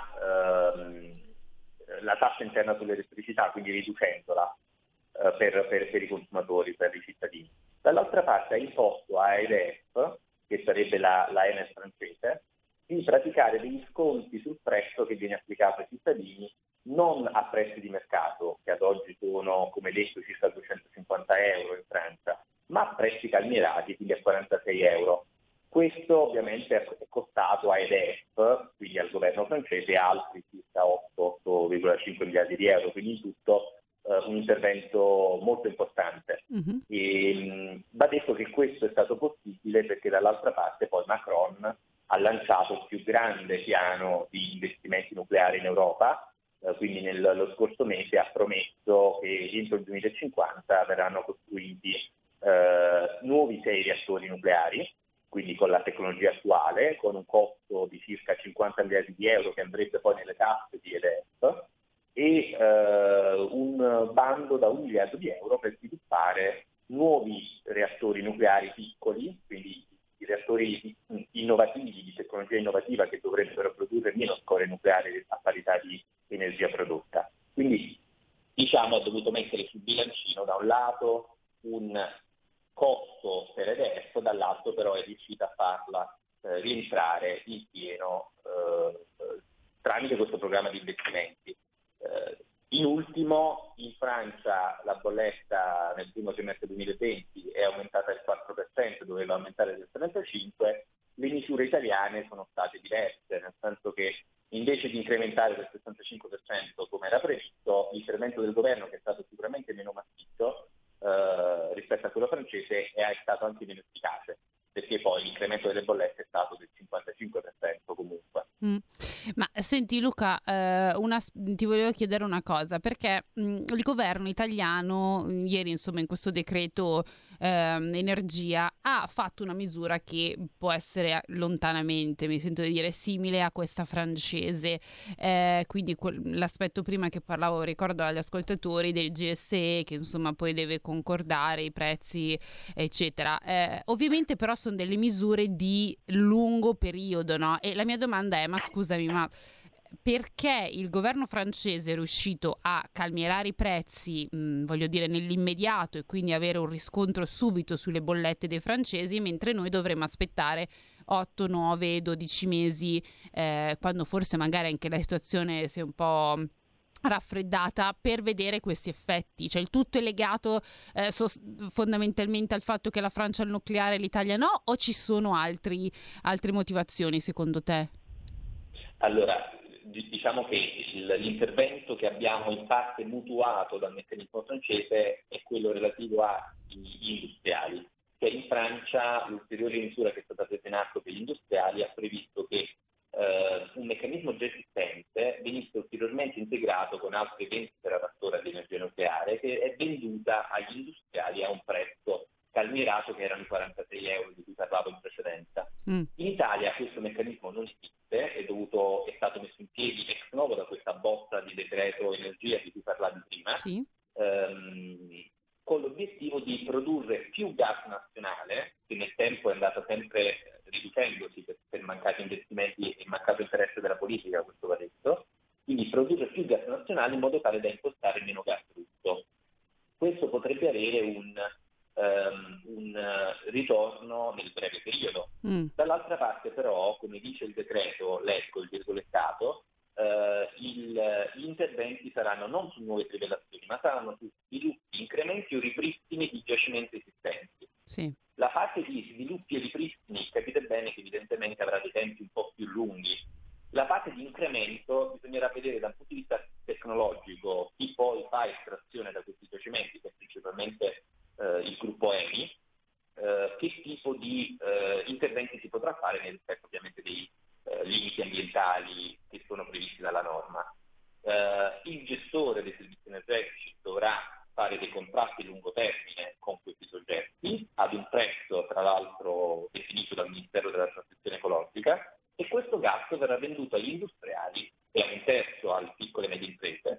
Speaker 5: tassa interna sull'elettricità, quindi riducendola per i consumatori, per i cittadini. Dall'altra parte ha imposto a EDF, che sarebbe la Enel francese, di praticare degli sconti sul prezzo che viene applicato ai cittadini, non a prezzi di mercato, che ad oggi sono, come detto, circa 250 euro in Francia, ma a prezzi calmierati, quindi a 46 euro. Questo ovviamente è costato a EDF, quindi al governo francese, altri circa 8,5 miliardi di euro, quindi in tutto un intervento molto importante. E va detto che questo è stato possibile perché dall'altra parte poi Macron ha lanciato il più grande piano di investimenti nucleari in Europa, quindi lo scorso mese ha promesso che entro il 2050 verranno costruiti nuovi 6 reattori nucleari, quindi con la tecnologia attuale, con un costo di circa 50 miliardi di euro che andrebbe poi nelle casse di EDF, e un bando da 1 miliardo di euro per sviluppare nuovi reattori nucleari piccoli, quindi i reattori innovativi, di tecnologia innovativa, che dovrebbero produrre meno scorie nucleari a parità di energia prodotta. Quindi diciamo ha dovuto mettere sul bilancino da un lato un costo per EDF, dall'altro però è riuscita a farla rientrare in pieno tramite questo programma di investimenti. In ultimo, in Francia la bolletta nel primo trimestre 2020 è aumentata del 4%, doveva aumentare del 35%, le misure italiane sono state diverse, nel senso che invece di incrementare del 65% come era previsto, l'incremento del governo, che è stato sicuramente meno massiccio rispetto a quello francese, è stato anche meno efficace, perché poi l'incremento delle bollette è stato del 55% comunque.
Speaker 2: Ma senti Luca, ti volevo chiedere una cosa, perché il governo italiano ieri, insomma, in questo decreto energia ha fatto una misura che può essere lontanamente, mi sento di dire, simile a questa francese, quindi l'aspetto prima che parlavo, ricordo agli ascoltatori, del GSE, che insomma poi deve concordare i prezzi eccetera, ovviamente però sono delle misure di lungo periodo, no? E la mia domanda è, ma scusami, ma perché il governo francese è riuscito a calmierare i prezzi, voglio dire, nell'immediato, e quindi avere un riscontro subito sulle bollette dei francesi, mentre noi dovremmo aspettare 8, 9, 12 mesi, quando forse magari anche la situazione si è un po' raffreddata, per vedere questi effetti. Cioè il tutto è legato fondamentalmente al fatto che la Francia ha il nucleare e l'Italia no, o ci sono altre motivazioni secondo te?
Speaker 5: Allora, diciamo che l'intervento che abbiamo in parte mutuato dal meccanismo francese è quello relativo agli industriali. Cioè in Francia l'ulteriore misura che è stata presa in atto per gli industriali ha previsto che un meccanismo già esistente venisse ulteriormente integrato con altri 20 terawattora di energia nucleare, che è venduta agli industriali a un prezzo calmierato che erano i 46 euro di cui parlavo in precedenza. In Italia questo meccanismo non esiste, è stato messo in piedi ex novo da questa bozza di decreto energia di cui parlavi prima,
Speaker 2: Sì.
Speaker 5: Con l'obiettivo di produrre più gas nazionale, che nel tempo è andata sempre riducendosi per mancati investimenti e mancato interesse della politica, questo va detto, quindi produrre più gas nazionale in modo tale da impostare meno gas russo. Questo potrebbe avere un ritorno nel breve periodo. Dall'altra parte però, come dice il decreto, leggo il virgolettato, gli interventi saranno non su nuove trivellazioni, ma saranno su sviluppi, incrementi o ripristini di giacimenti esistenti.
Speaker 2: Sì.
Speaker 5: La fase di sviluppi e ripristini, capite bene che evidentemente avrà dei tempi un po' più lunghi. La fase di incremento bisognerà vedere dal punto di vista tecnologico chi poi fa estrazione da questi giacimenti, che è principalmente il gruppo ENI, che tipo di interventi si potrà fare nel rispetto ovviamente dei limiti ambientali che sono previsti dalla norma. Il gestore dei servizi energetici dovrà fare dei contratti a lungo termine con questi soggetti ad un prezzo tra l'altro definito dal Ministero della Transizione Ecologica, e questo gas verrà venduto agli industriali e a un terzo alle piccole e medie imprese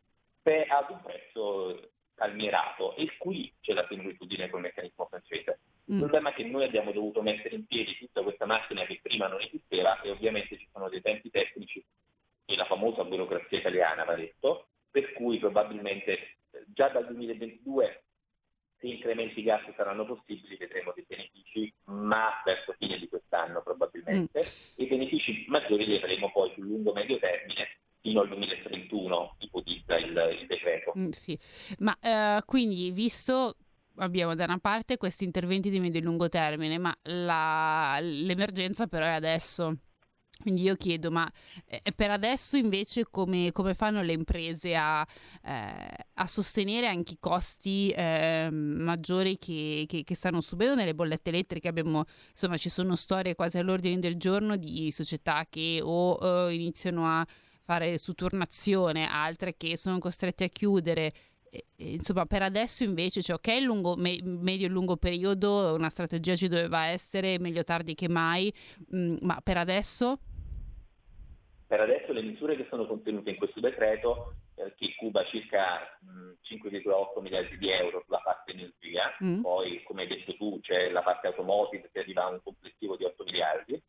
Speaker 5: ad un prezzo calmierato, e qui c'è la similitudine col meccanismo francese. Il problema è che noi abbiamo dovuto mettere in piedi tutta questa macchina che prima non esisteva, e ovviamente ci sono dei tempi tecnici e la famosa burocrazia italiana, va detto, per cui probabilmente già dal 2022, se incrementi gas saranno possibili, vedremo dei benefici, ma verso fine di quest'anno probabilmente, e i benefici maggiori li avremo poi sul lungo-medio termine, fino al 2031, ipotizza il decreto.
Speaker 2: Sì, ma quindi visto abbiamo da una parte questi interventi di medio e lungo termine, ma l'emergenza però è adesso. Quindi io chiedo, ma per adesso invece come fanno le imprese a sostenere anche i costi maggiori che stanno subendo nelle bollette elettriche? Insomma, ci sono storie quasi all'ordine del giorno di società che o iniziano a fare su turnazione, altre che sono costrette a chiudere. Insomma, per adesso invece, cioè, ok, medio e lungo periodo una strategia ci doveva essere, meglio tardi che mai, ma per adesso?
Speaker 5: Per adesso le misure che sono contenute in questo decreto, che cuba circa 5,8 miliardi di euro sulla parte energia, poi come hai detto tu c'è la parte automotive che arriva a un complessivo di 8 miliardi,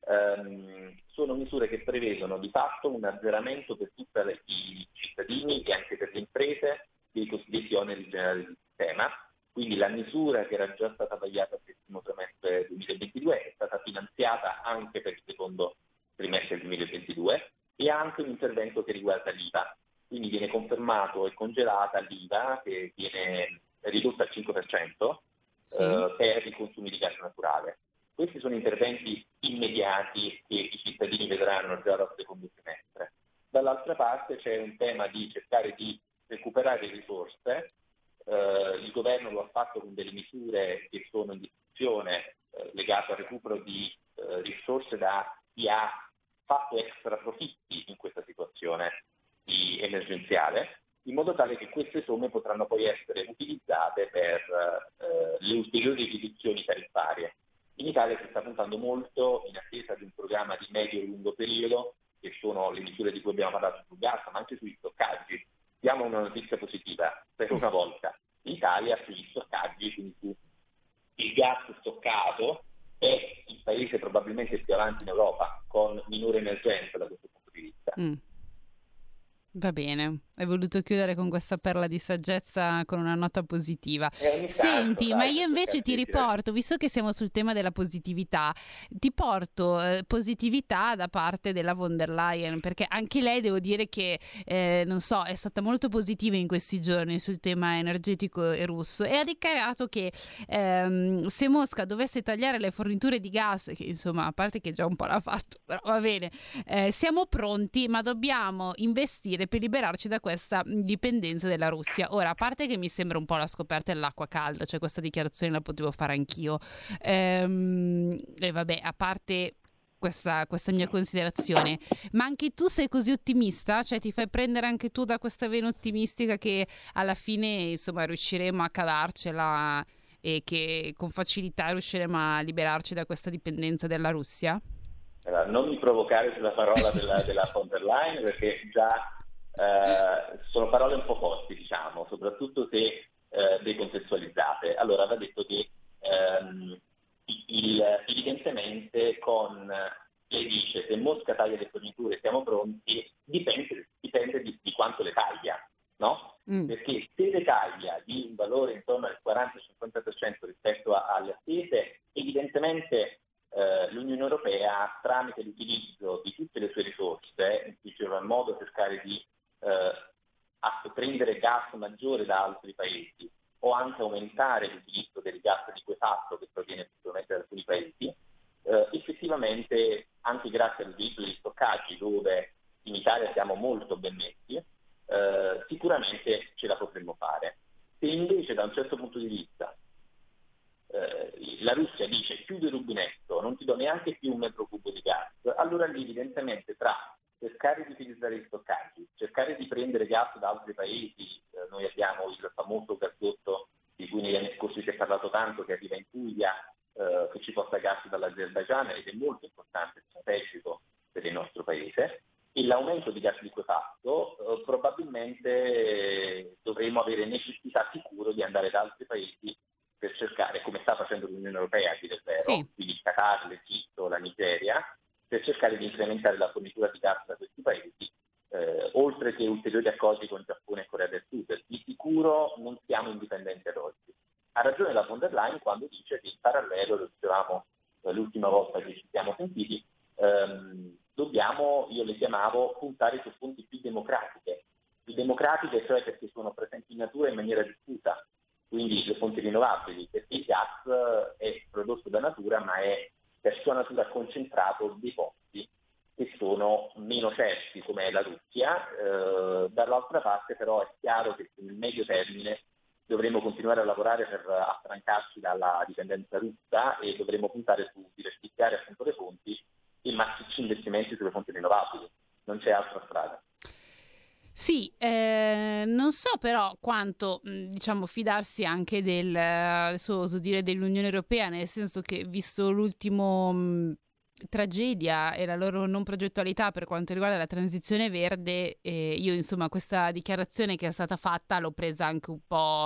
Speaker 5: sono misure che prevedono di fatto un azzeramento per tutti i cittadini e anche per le imprese dei cosiddetti oneri generali del sistema. Quindi la misura che era già stata vagliata al settimo trimestre 2022 è stata finanziata anche per il secondo trimestre 2022, e anche un intervento che riguarda l'IVA. Quindi viene confermato e congelata l'IVA, che viene ridotta al 5% per i consumi di gas naturale. Questi sono interventi immediati che i cittadini vedranno già dal secondo trimestre. Dall'altra parte c'è un tema di cercare di recuperare risorse. Il governo lo ha fatto con delle misure che sono in discussione legate al recupero di risorse da chi ha fatto extra profitti in questa situazione emergenziale, in modo tale che queste somme potranno poi essere utilizzate per le ulteriori riduzioni tariffarie. In Italia si sta puntando molto in attesa di un programma di medio e lungo periodo, che sono le misure di cui abbiamo parlato sul gas, ma anche sugli stoccaggi. Diamo una notizia positiva, per una volta. In Italia sugli stoccaggi, quindi sul gas stoccato, è il paese probabilmente più avanti in Europa, con minore emergenza da questo punto di vista.
Speaker 2: Va bene. Hai voluto chiudere con questa perla di saggezza con una nota positiva.
Speaker 5: Ogni
Speaker 2: Senti,
Speaker 5: tanto,
Speaker 2: ma
Speaker 5: dai,
Speaker 2: io invece ti
Speaker 5: difficile.
Speaker 2: riporto, visto che siamo sul tema della positività, ti porto positività da parte della von der Leyen, perché anche lei devo dire che, non so, è stata molto positiva in questi giorni sul tema energetico e russo e ha dichiarato che se Mosca dovesse tagliare le forniture di gas, che insomma, a parte che già un po' l'ha fatto, però va bene, siamo pronti, ma dobbiamo investire per liberarci da questa dipendenza della Russia. Ora, a parte che mi sembra un po' la scoperta dell'acqua calda, cioè questa dichiarazione la potevo fare anch'io, e vabbè, a parte questa mia considerazione, ma anche tu sei così ottimista? Cioè ti fai prendere anche tu da questa vena ottimistica che alla fine insomma riusciremo a cavarcela e che con facilità riusciremo a liberarci da questa dipendenza della Russia?
Speaker 5: Allora, non mi provocare sulla parola della von der Leyen, perché già sono parole un po' forti, diciamo, soprattutto se decontestualizzate. Allora, aveva detto che evidentemente lei dice, se Mosca taglia le forniture siamo pronti, dipende di quanto le taglia, no? Perché se le taglia di un valore intorno al 40-50% rispetto alle attese, evidentemente l'Unione Europea, tramite l'utilizzo di tutte le sue risorse, in cui c'era un modo per cercare di prendere gas maggiore da altri paesi o anche aumentare l'utilizzo del gas liquefatto che proviene principalmente da alcuni paesi, effettivamente anche grazie all'utilizzo degli stoccaggi, dove in Italia siamo molto ben messi, sicuramente ce la potremmo fare. Se invece da un certo punto di vista la Russia dice chiudo il rubinetto, non ti do neanche più un metro cubo di gas, allora lì evidentemente tra cercare di utilizzare gli stoccaggi, cercare di prendere gas da altri paesi, noi abbiamo il famoso gasdotto di cui negli anni scorsi si è parlato tanto, che arriva in Puglia, che ci porta gas dall'Azerbaigian ed è molto importante e strategico per il nostro paese, e l'aumento di gas liquefatto probabilmente dovremo avere necessità sicuro di andare da altri paesi per cercare, come sta facendo l'Unione Europea, a dire il vero,
Speaker 2: Sì.
Speaker 5: quindi il Qatar, l'Egitto, la Nigeria, per cercare di incrementare la fornitura di gas da questi paesi, oltre che ulteriori accordi con Giappone e Corea del Sud. Di sicuro non siamo indipendenti ad oggi. Ha ragione la von der Leyen quando dice che in parallelo, lo dicevamo l'ultima volta che ci siamo sentiti, dobbiamo, io le chiamavo, puntare su fonti più democratiche, cioè perché sono presenti in natura in maniera diffusa, quindi le fonti rinnovabili, perché il gas è prodotto da natura ma è per sua natura concentrato dei posti che sono meno certi, come è la Russia. Dall'altra parte però è chiaro che nel medio termine dovremo continuare a lavorare per affrancarci dalla dipendenza russa e dovremo puntare su diversificare appunto le fonti e massicci investimenti sulle fonti rinnovabili. Non c'è altra strada.
Speaker 2: Sì, non so però quanto, diciamo, fidarsi anche adesso oso dire dell'Unione Europea, nel senso che visto l'ultimo tragedia e la loro non progettualità per quanto riguarda la transizione verde, io insomma questa dichiarazione che è stata fatta l'ho presa anche un po'...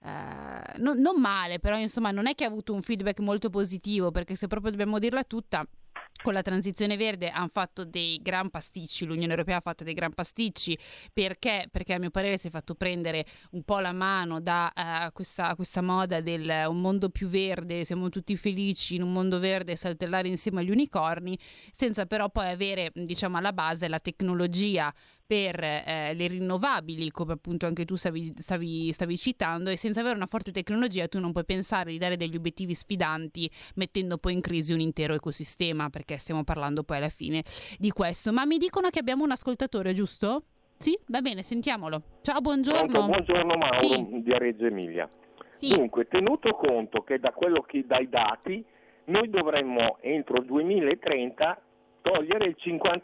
Speaker 2: non male, però insomma non è che ha avuto un feedback molto positivo, perché se proprio dobbiamo dirla tutta, con la transizione verde hanno fatto dei gran pasticci, l'Unione Europea ha fatto dei gran pasticci, perché a mio parere si è fatto prendere un po' la mano da questa moda del un mondo più verde, siamo tutti felici in un mondo verde, saltellare insieme agli unicorni, senza però poi avere, diciamo, alla base la tecnologia per le rinnovabili, come appunto anche tu stavi citando, e senza avere una forte tecnologia tu non puoi pensare di dare degli obiettivi sfidanti mettendo poi in crisi un intero ecosistema, perché stiamo parlando poi alla fine di questo. Ma mi dicono che abbiamo un ascoltatore, giusto? Sì? Va bene, sentiamolo. Ciao, buongiorno.
Speaker 6: Pronto, buongiorno Mauro,
Speaker 2: Sì.
Speaker 6: di Reggio Emilia.
Speaker 2: Sì.
Speaker 6: Dunque, tenuto conto che dai dati noi dovremmo entro il 2030 togliere il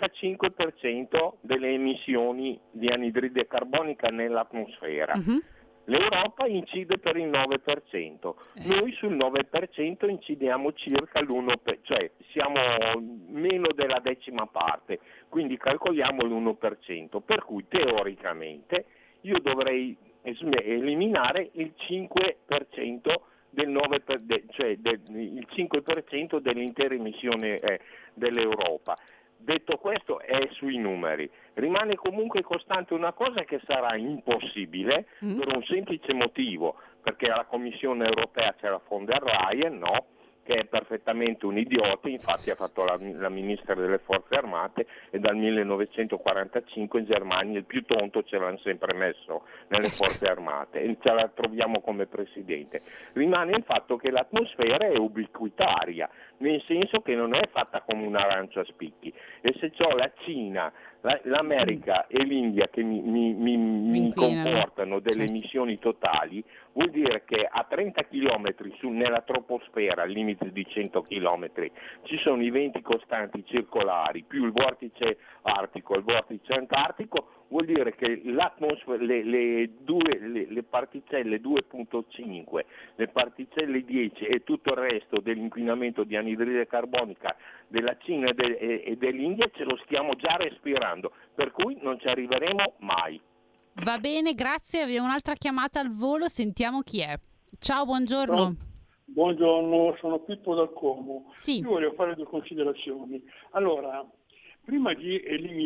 Speaker 6: 55% delle emissioni di anidride carbonica nell'atmosfera.
Speaker 2: Mhm.
Speaker 6: L'Europa incide per il 9%, noi sul 9% incidiamo circa l'1%, cioè siamo meno della decima parte, quindi calcoliamo l'1%, per cui teoricamente io dovrei eliminare il 5% del 9%, cioè il 5% dell'intera emissione dell'Europa. Detto questo, è sui numeri. Rimane comunque costante una cosa che sarà impossibile per un semplice motivo, perché alla Commissione europea c'è la von der Leyen, no? Che è perfettamente un idiota, infatti ha fatto la ministra delle forze armate e dal 1945 in Germania il più tonto ce l'hanno sempre messo nelle forze armate e ce la troviamo come presidente. Rimane il fatto che l'atmosfera è ubiquitaria, nel senso che non è fatta come un arancio a spicchi, e se c'ho la Cina, l'America e l'India che mi comportano delle emissioni totali, vuol dire che a 30 km nella troposfera, al limite di 100 km, ci sono i venti costanti circolari più il vortice artico e il vortice antartico, vuol dire che l'atmosfera, le particelle 2.5, le particelle 10 e tutto il resto dell'inquinamento di anidride carbonica della Cina e dell'India ce lo stiamo già respirando, per cui non ci arriveremo mai.
Speaker 2: Va bene, grazie. Abbiamo un'altra chiamata al volo, sentiamo chi è. Ciao, buongiorno.
Speaker 7: Buongiorno, sono Pippo dal Como.
Speaker 2: Sì.
Speaker 7: Io voglio fare due considerazioni. Allora, prima di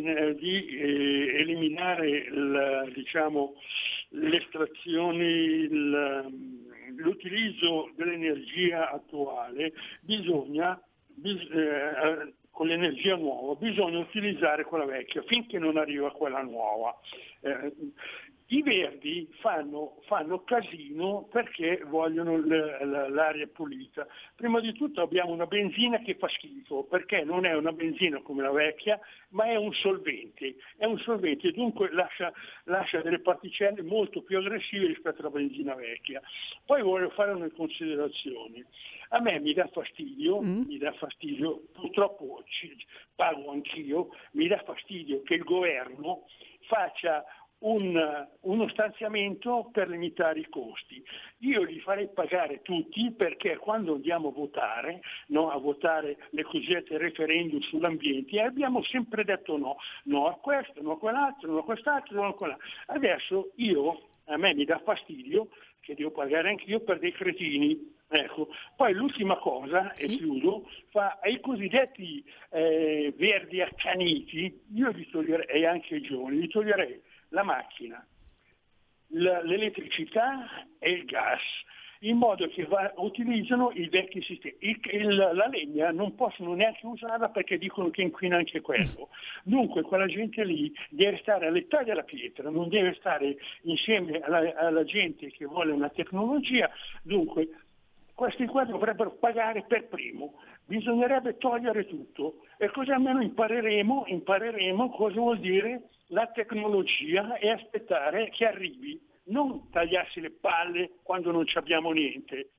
Speaker 7: eliminare le estrazioni, l'utilizzo dell'energia attuale, con l'energia nuova bisogna utilizzare quella vecchia finché non arriva quella nuova. I verdi fanno casino perché vogliono l'aria pulita. Prima di tutto abbiamo una benzina che fa schifo, perché non è una benzina come la vecchia, ma è un solvente, dunque lascia delle particelle molto più aggressive rispetto alla benzina vecchia. Poi voglio fare una considerazione. A me mi dà fastidio, purtroppo pago anch'io, mi dà fastidio che il governo faccia uno stanziamento per limitare i costi. Io li farei pagare tutti, perché quando andiamo a votare, no, a votare le cosiddette referendum sull'ambiente, abbiamo sempre detto no a questo, no a quell'altro, no a quest'altro, no a quell'altro. Adesso a me mi dà fastidio che devo pagare anch'io per dei cretini. Ecco. Poi l'ultima cosa, e chiudo, ai cosiddetti verdi accaniti, io li toglierei, e anche i giovani, li toglierei la macchina, l'elettricità e il gas, in modo che utilizzano i vecchi sistemi. La legna non possono neanche usarla perché dicono che inquina anche quello. Dunque quella gente lì deve stare all'età della pietra, non deve stare insieme alla gente che vuole una tecnologia. Dunque questi qua dovrebbero pagare per primo. Bisognerebbe togliere tutto, e così almeno impareremo cosa vuol dire la tecnologia e aspettare che arrivi, non tagliarsi le palle quando non ci abbiamo niente.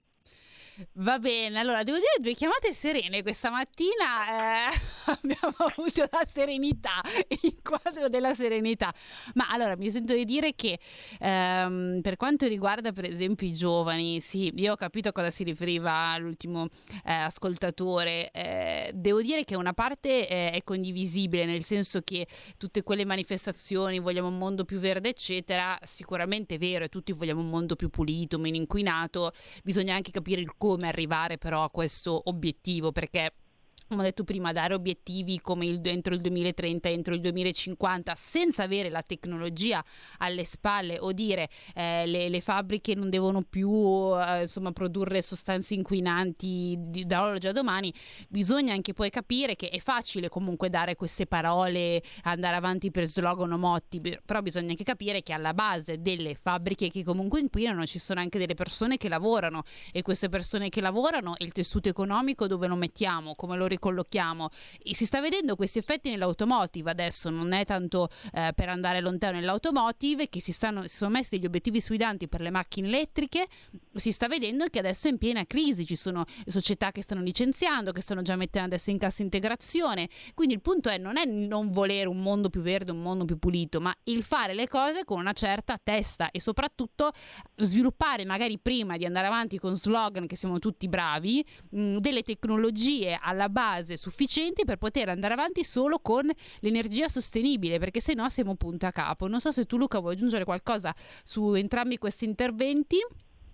Speaker 2: Va bene, allora devo dire due chiamate serene questa mattina, abbiamo avuto la serenità, il quadro della serenità, ma allora mi sento di dire che per quanto riguarda per esempio i giovani, sì, io ho capito a cosa si riferiva l'ultimo ascoltatore, devo dire che una parte è condivisibile, nel senso che tutte quelle manifestazioni, vogliamo un mondo più verde eccetera, sicuramente è vero, e tutti vogliamo un mondo più pulito, meno inquinato, bisogna anche capire il come arrivare però a questo obiettivo, perché come ho detto prima, dare obiettivi come entro il 2030, entro il 2050, senza avere la tecnologia alle spalle, o dire le fabbriche non devono più produrre sostanze inquinanti da oggi a domani, bisogna anche poi capire che è facile comunque dare queste parole, andare avanti per slogan o motti, però bisogna anche capire che alla base delle fabbriche che comunque inquinano ci sono anche delle persone che lavorano, e queste persone che lavorano, il tessuto economico dove lo mettiamo, come lo ricollochiamo, e si sta vedendo questi effetti nell'automotive adesso, non è tanto per andare lontano nell'automotive, che si sono messi degli obiettivi sfidanti per le macchine elettriche, si sta vedendo che adesso è in piena crisi, ci sono società che stanno licenziando, che stanno già mettendo adesso in cassa integrazione, quindi il punto non è non volere un mondo più verde, un mondo più pulito, ma il fare le cose con una certa testa, e soprattutto sviluppare, magari prima di andare avanti con slogan che siamo tutti bravi, delle tecnologie alla base sufficienti per poter andare avanti solo con l'energia sostenibile, perché se no siamo punto a capo. Non so se tu, Luca, vuoi aggiungere qualcosa su entrambi questi interventi?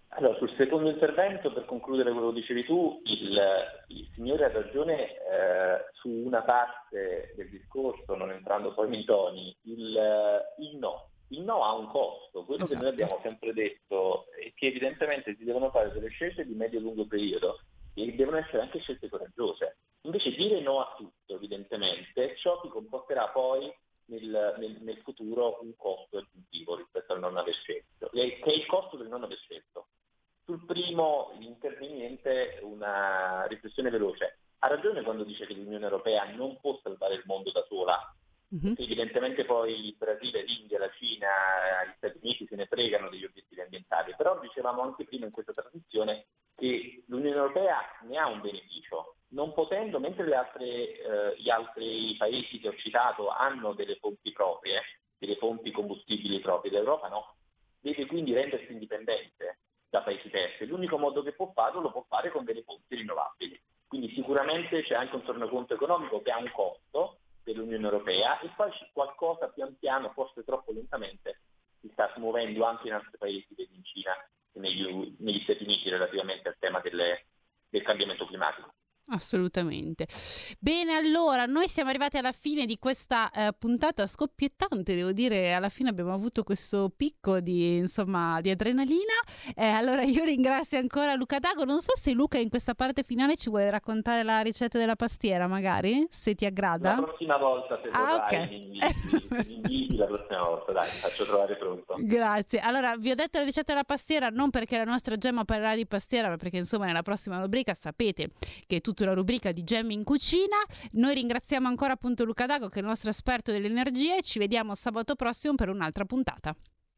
Speaker 5: Allora, sul secondo intervento, per concludere quello che dicevi tu, il signore ha ragione su una parte del discorso, non entrando poi nei toni, il no. Il no ha un costo, quello che noi abbiamo sempre detto è che evidentemente si devono fare delle scelte di medio-lungo periodo e devono essere anche scelte coraggiose. Invece dire no a tutto, evidentemente, ciò ti comporterà poi nel futuro un costo aggiuntivo rispetto al non aver scelto, che è il costo del non aver scelto. Sul primo interveniente una riflessione veloce. Ha ragione quando dice che l'Unione Europea non può salvare il mondo da sola. Evidentemente poi il Brasile, l'India, la Cina, gli Stati Uniti se ne fregano degli obiettivi ambientali, però dicevamo anche prima in questa trasmissione che l'Unione Europea ne ha un beneficio, non potendo, mentre gli altri paesi che ho citato hanno delle fonti proprie, delle fonti combustibili proprie, l'Europa no, deve quindi rendersi indipendente da paesi terzi. L'unico modo che può farlo lo può fare con delle fonti rinnovabili. Quindi sicuramente c'è anche un tornaconto economico che ha un costo dell'Unione Europea e poi qualcosa pian piano, forse troppo lentamente, si sta smuovendo anche in altri paesi, vedi in Cina e negli Stati Uniti relativamente al tema del cambiamento climatico.
Speaker 2: Assolutamente. Bene, allora noi siamo arrivati alla fine di questa puntata scoppiettante, devo dire, alla fine abbiamo avuto questo picco di adrenalina. Allora io ringrazio ancora Luca Dago, non so se Luca in questa parte finale ci vuole raccontare la ricetta della pastiera, magari, se ti aggrada.
Speaker 5: La prossima volta, se vorrai,
Speaker 2: ok.
Speaker 5: mi inviti la prossima volta, dai, faccio trovare pronto.
Speaker 2: Grazie. Allora, vi ho detto la ricetta della pastiera non perché la nostra Gemma parlerà di pastiera, ma perché insomma nella prossima rubrica sapete che è tutta la rubrica di Gemme in cucina. Noi ringraziamo ancora appunto Luca Dago, che è il nostro esperto dell'energia, e ci vediamo sabato prossimo per un'altra puntata.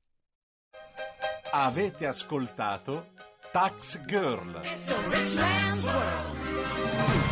Speaker 1: Avete ascoltato Tax Girl.
Speaker 4: It's a rich man's world.